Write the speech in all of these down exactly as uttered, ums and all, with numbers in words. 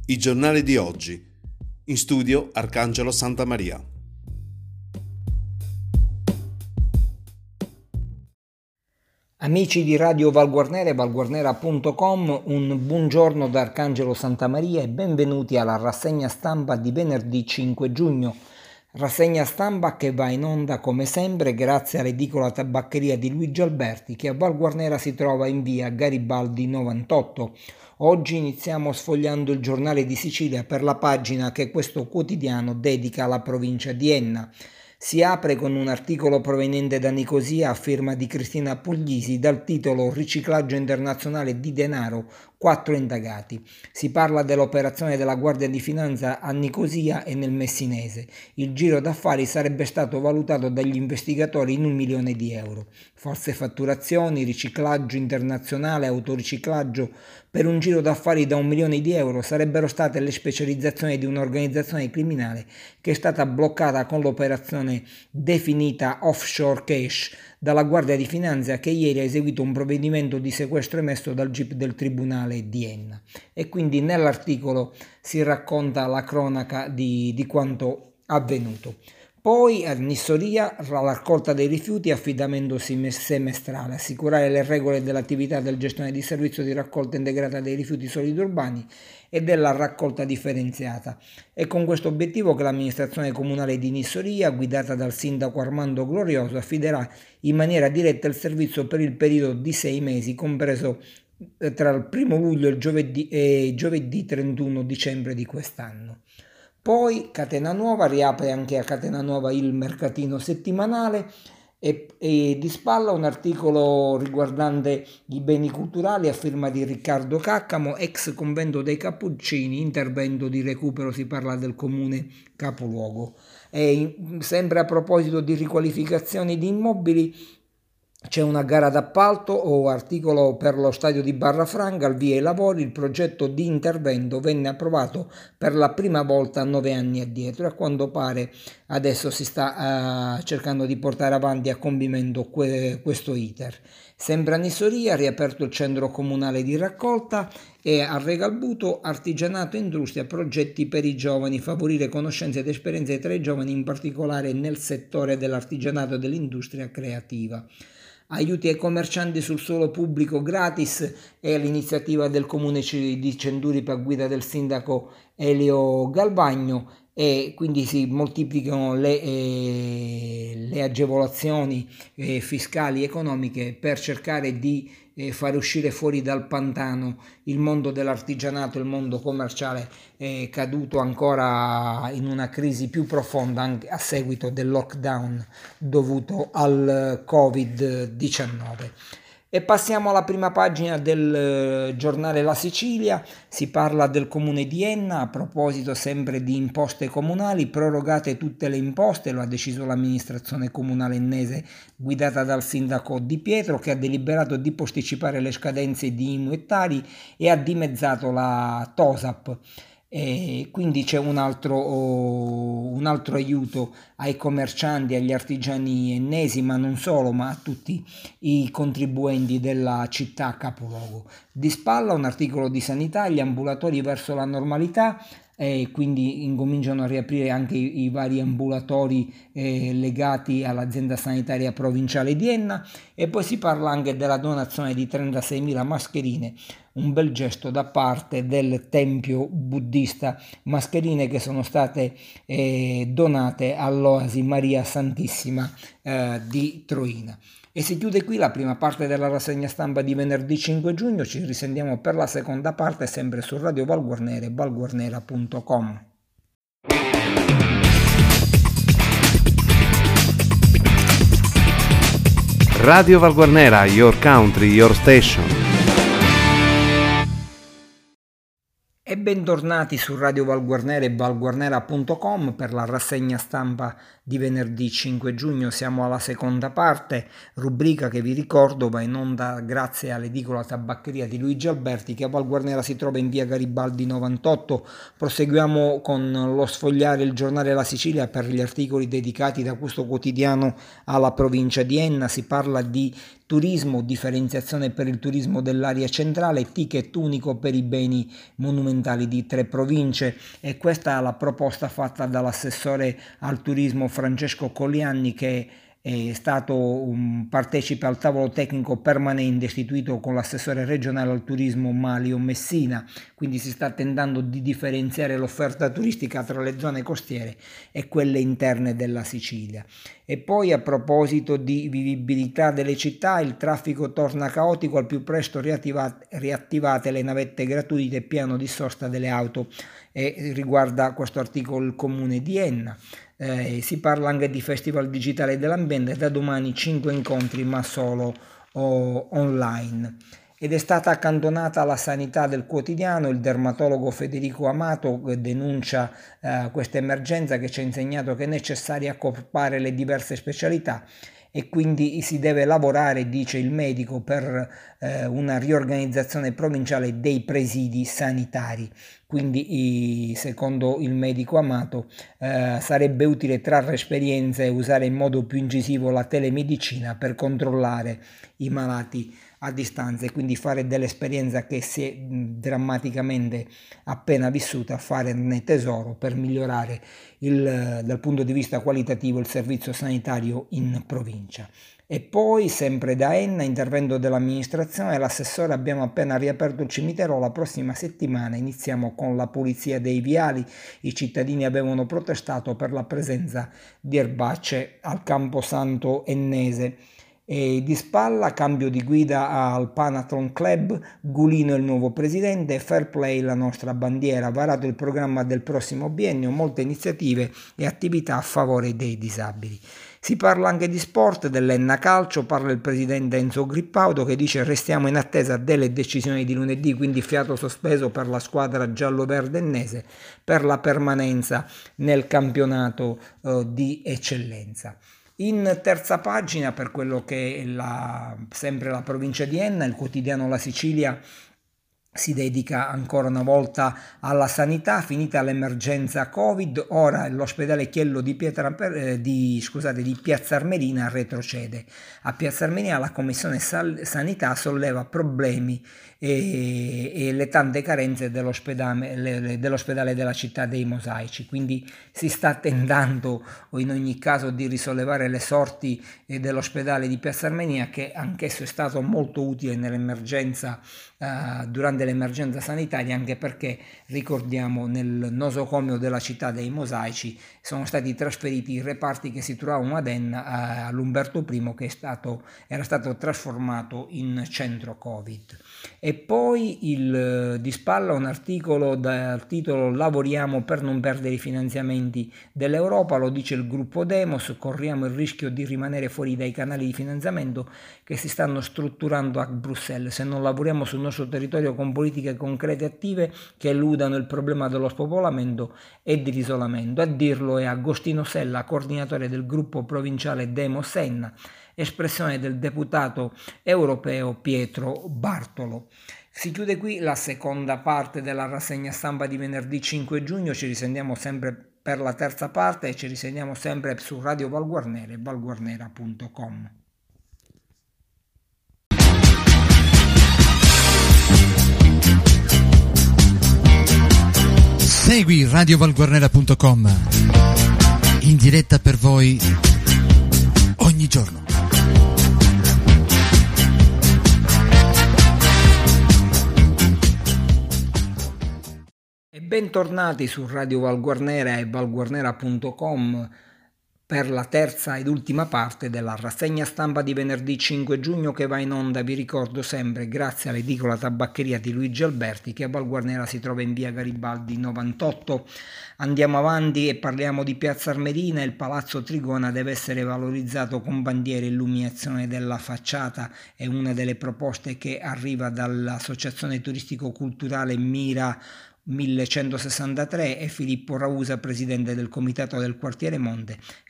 I giornali di oggi. In studio Arcangelo Santamaria. Amici di Radio Valguarnera e valguarnera punto com, un buongiorno da Arcangelo Santamaria e benvenuti alla rassegna stampa di venerdì cinque giugno. Rassegna stampa che va in onda come sempre grazie all'edicola tabaccheria di Luigi Alberti che a Valguarnera si trova in via Garibaldi novantotto. Oggi iniziamo sfogliando il Giornale di Sicilia per la pagina che questo quotidiano dedica alla provincia di Enna. Si apre con un articolo proveniente da Nicosia a firma di Cristina Puglisi dal titolo Riciclaggio internazionale di denaro, quattro indagati. Si parla dell'operazione della Guardia di Finanza a Nicosia e nel Messinese. Il giro d'affari sarebbe stato valutato dagli investigatori in un milione di euro. False fatturazioni, riciclaggio internazionale, autoriciclaggio. Per un giro d'affari da un milione di euro sarebbero state le specializzazioni di un'organizzazione criminale che è stata bloccata con l'operazione definita Offshore Cash dalla Guardia di Finanza che ieri ha eseguito un provvedimento di sequestro emesso dal G I P del Tribunale di Enna. E quindi nell'articolo si racconta la cronaca di, di quanto avvenuto. Poi a Nissoria la raccolta dei rifiuti, affidamento semestrale, assicurare le regole dell'attività del gestione di servizio di raccolta integrata dei rifiuti solidi urbani e della raccolta differenziata. È con questo obiettivo che l'amministrazione comunale di Nissoria, guidata dal sindaco Armando Glorioso, affiderà in maniera diretta il servizio per il periodo di sei mesi, compreso tra il primo luglio e il giovedì, e giovedì trentuno dicembre di quest'anno. Poi Catena Nuova riapre anche a Catena Nuova il mercatino settimanale e, e di spalla un articolo riguardante i beni culturali a firma di Riccardo Caccamo, ex convento dei Cappuccini, intervento di recupero, si parla del comune capoluogo. E sempre a proposito di riqualificazioni di immobili, c'è una gara d'appalto o articolo per lo stadio di Barrafranca, al via i lavori, il progetto di intervento venne approvato per la prima volta nove anni addietro e a quanto pare adesso si sta uh, cercando di portare avanti a compimento que- questo iter. Sempre a Nissoria, riaperto il centro comunale di raccolta e a Regalbuto artigianato e industria, progetti per i giovani, favorire conoscenze ed esperienze tra i giovani, in particolare nel settore dell'artigianato e dell'industria creativa. Aiuti ai commercianti sul suolo pubblico gratis è l'iniziativa del comune di Cenduripa a guida del sindaco Elio Galvagno e quindi si moltiplicano le, eh, le agevolazioni eh, fiscali e economiche per cercare di eh, fare uscire fuori dal pantano il mondo dell'artigianato, il mondo commerciale eh, caduto ancora in una crisi più profonda anche a seguito del lockdown dovuto al covid diciannove. E passiamo alla prima pagina del giornale La Sicilia. Si parla del comune di Enna a proposito sempre di imposte comunali, prorogate tutte le imposte, lo ha deciso l'amministrazione comunale ennese guidata dal sindaco Di Pietro, che ha deliberato di posticipare le scadenze di I M U e Tari e ha dimezzato la TOSAP. E quindi c'è un altro, oh, un altro aiuto ai commercianti, agli artigiani ennesi, ma non solo, ma a tutti i contribuenti della città capoluogo. Di spalla un articolo di sanità, gli ambulatori verso la normalità, e quindi incominciano a riaprire anche i, i vari ambulatori eh, legati all'azienda sanitaria provinciale di Enna, e poi si parla anche della donazione di trentaseimila mascherine, un bel gesto da parte del tempio buddista, mascherine che sono state eh, donate all'Oasi Maria Santissima eh, di Troina. E si chiude qui la prima parte della rassegna stampa di venerdì cinque giugno, ci risentiamo per la seconda parte sempre su Radio Valguarnera e valguarnera punto com. Radio Valguarnera, your country, your station. E bentornati su Radio Valguarnera e valguarnera punto com per la rassegna stampa di venerdì cinque giugno. Siamo alla seconda parte, rubrica che vi ricordo va in onda grazie all'edicola tabaccheria di Luigi Alberti che a Valguarnera si trova in via Garibaldi novantotto. Proseguiamo con lo sfogliare il giornale La Sicilia per gli articoli dedicati da questo quotidiano alla provincia di Enna. Si parla di turismo, differenziazione per il turismo dell'area centrale, ticket unico per i beni monumentali di tre province. E questa è la proposta fatta dall'assessore al turismo Francesco Collianni, che è stato un partecipe al tavolo tecnico permanente istituito con l'assessore regionale al turismo Malio Messina. Quindi si sta tentando di differenziare l'offerta turistica tra le zone costiere e quelle interne della Sicilia. E poi, a proposito di vivibilità delle città, il traffico torna caotico, al più presto riattivate, riattivate le navette gratuite e piano di sosta delle auto, e riguarda questo articolo il comune di Enna. Eh, si parla anche di Festival Digitale dell'Ambiente, da domani cinque incontri ma solo oh, online. Ed è stata accantonata la sanità del quotidiano. Il dermatologo Federico Amato denuncia eh, questa emergenza che ci ha insegnato che è necessario accorpare le diverse specialità e quindi si deve lavorare, dice il medico, per eh, una riorganizzazione provinciale dei presidi sanitari. Quindi, secondo il medico Amato, eh, sarebbe utile trarre esperienze e usare in modo più incisivo la telemedicina per controllare i malati a distanza, e quindi fare dell'esperienza che si è drammaticamente appena vissuta, farne tesoro per migliorare il, dal punto di vista qualitativo il servizio sanitario in provincia. E poi, sempre da Enna, intervento dell'amministrazione, l'assessore: abbiamo appena riaperto il cimitero, la prossima settimana iniziamo con la pulizia dei viali, i cittadini avevano protestato per la presenza di erbacce al Camposanto ennese. E di spalla, cambio di guida al Panathlon Club, Gulino è il nuovo presidente, Fair Play la nostra bandiera, varato il programma del prossimo biennio, molte iniziative e attività a favore dei disabili. Si parla anche di sport, dell'Enna Calcio, parla il presidente Enzo Grippaudo, che dice: restiamo in attesa delle decisioni di lunedì, quindi fiato sospeso per la squadra giallo-verde ennese per la permanenza nel campionato eh, di eccellenza. In terza pagina, per quello che è la, sempre la provincia di Enna, il quotidiano La Sicilia si dedica ancora una volta alla sanità. Finita l'emergenza Covid, ora l'ospedale Chiello di, Pietra, eh, di, scusate, di Piazza Armerina retrocede. A Piazza Armerina la Commissione Sal- Sanità solleva problemi e, e le tante carenze dell'ospedale, le, dell'ospedale della città dei Mosaici, quindi si sta tentando in ogni caso di risollevare le sorti eh, dell'ospedale di Piazza Armerina, che anch'esso è stato molto utile nell'emergenza Uh, durante l'emergenza sanitaria, anche perché, ricordiamo, nel nosocomio della città dei Mosaici sono stati trasferiti i reparti che si trovavano ad Enna uh, all'Umberto I, che è stato, era stato trasformato in centro Covid. E poi il, uh, di spalla un articolo dal titolo "Lavoriamo per non perdere i finanziamenti dell'Europa", lo dice il gruppo Demos: corriamo il rischio di rimanere fuori dai canali di finanziamento che si stanno strutturando a Bruxelles se non lavoriamo sul nostro territorio con politiche concrete e attive che eludano il problema dello spopolamento e dell'isolamento. A dirlo è Agostino Sella, coordinatore del gruppo provinciale Demos Enna, espressione del deputato europeo Pietro Bartolo. Si chiude qui la seconda parte della rassegna stampa di venerdì cinque giugno. Ci risentiamo sempre per la terza parte e ci risentiamo sempre su Radio Valguarnera e valguarnera punto com. Segui radio valguarnera punto com in diretta per voi ogni giorno. E bentornati su Radio Valguarnera e valguarnera punto com per la terza ed ultima parte della rassegna stampa di venerdì cinque giugno, che va in onda, vi ricordo sempre, grazie all'edicola tabaccheria di Luigi Alberti, che a Valguarnera si trova in via Garibaldi novantotto. Andiamo avanti e parliamo di Piazza Armerina. Il Palazzo Trigona deve essere valorizzato con bandiere e illuminazione della facciata, è una delle proposte che arriva dall'Associazione Turistico-Culturale Mira millecentosessantatré e Filippo Rausa, presidente del comitato del quartiere Monte,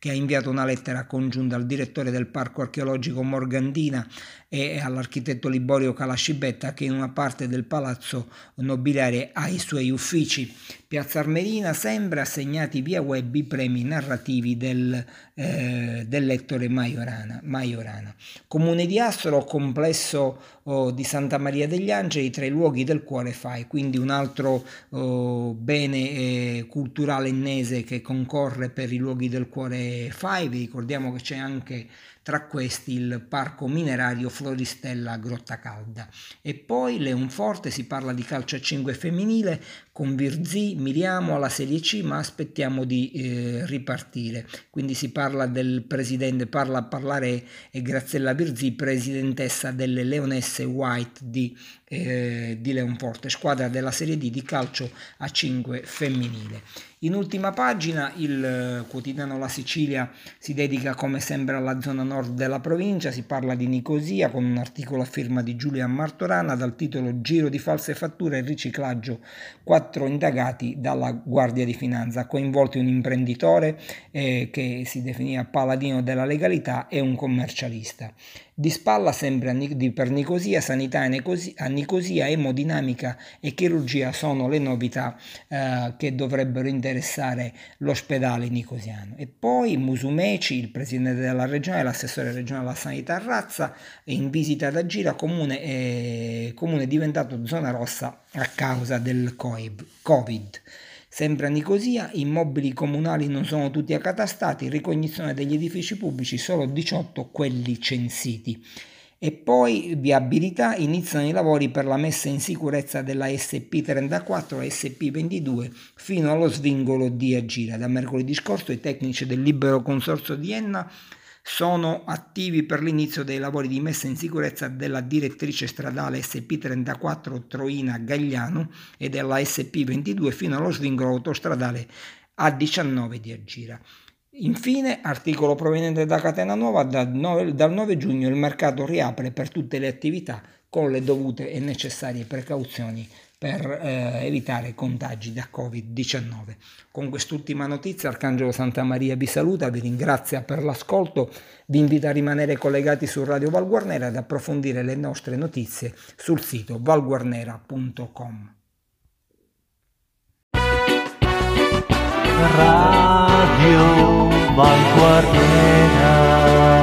che ha inviato una lettera congiunta al direttore del Parco Archeologico Morgandina e all'architetto Liborio Calascibetta, che in una parte del palazzo nobiliare ha i suoi uffici. Piazza Armerina sempre assegnati via web i premi narrativi del, eh, del lettore Majorana, Majorana. Comune di Astro, complesso oh, di Santa Maria degli Angeli, tra i luoghi del cuore fai, quindi un altro oh, bene eh, culturale ennese che concorre per i luoghi del cuore fai. Vi ricordiamo che c'è anche tra questi il parco minerario Floristella Grotta Calda. E poi Leonforte, si parla di calcio a cinque femminile con Virzì, Miriamo alla Serie C, ma aspettiamo di eh, ripartire. Quindi si parla del presidente, parla a parlare è Graziella Virzì, presidentessa delle Leonesse White di, eh, di Leonforte, squadra della Serie D di calcio a cinque femminile. In ultima pagina il quotidiano La Sicilia si dedica come sempre alla zona nord della provincia, si parla di Nicosia con un articolo a firma di Giulia Martorana dal titolo Giro di false fatture e riciclaggio, quattro indagati dalla Guardia di Finanza, coinvolti un imprenditore eh, che si definiva paladino della legalità e un commercialista. Di spalla sempre a Nic- per Nicosia, sanità a Nicosia, emodinamica e chirurgia sono le novità eh, che dovrebbero interessare l'ospedale nicosiano. E poi Musumeci, il presidente della regione e l'assessore regionale alla sanità a Razza, è in visita ad Agira, comune, eh, comune diventato zona rossa a causa del Covid. Sempre a Nicosia, immobili comunali non sono tutti accatastati, ricognizione degli edifici pubblici, solo diciotto quelli censiti. E poi viabilità, iniziano i lavori per la messa in sicurezza della S P trentaquattro e S P ventidue fino allo svincolo di Agira. Da mercoledì scorso i tecnici del Libero Consorzio di Enna sono attivi per l'inizio dei lavori di messa in sicurezza della direttrice stradale S P trentaquattro Troina-Gagliano e della S P ventidue fino allo svincolo autostradale A diciannove di Agira. Infine, articolo proveniente da Catena Nuova, dal nove giugno il mercato riapre per tutte le attività con le dovute e necessarie precauzioni per eh, evitare contagi da covid diciannove. Con quest'ultima notizia Arcangelo Santamaria vi saluta, vi ringrazia per l'ascolto, vi invita a rimanere collegati su Radio Val Guarnera ed approfondire le nostre notizie sul sito val guarnera punto com. Radio Val Guarnera.